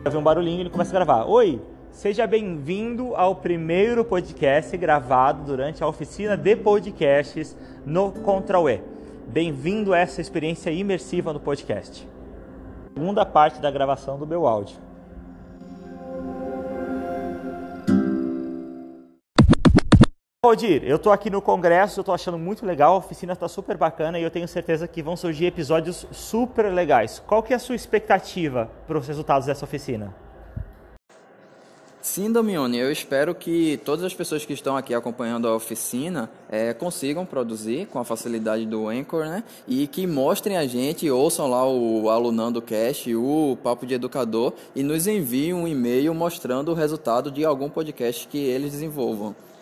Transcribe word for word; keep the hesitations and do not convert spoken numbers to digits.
Ouve um barulhinho e ele começa a gravar. Oi, seja bem-vindo ao primeiro podcast gravado durante a oficina de podcasts no Control-E. Bem-vindo a essa experiência imersiva no podcast. Segunda parte da gravação do meu áudio. Valdir, eu tô aqui no congresso, eu tô achando muito legal, a oficina tá super bacana e eu tenho certeza que vão surgir episódios super legais. Qual que é a sua expectativa para os resultados dessa oficina? Sim, Damione, eu espero que todas as pessoas que estão aqui acompanhando a oficina é, consigam produzir com a facilidade do Anchor, né? E que mostrem a gente, ouçam lá o Alunando Cast, o Papo de Educador e nos enviem um e-mail mostrando o resultado de algum podcast que eles desenvolvam.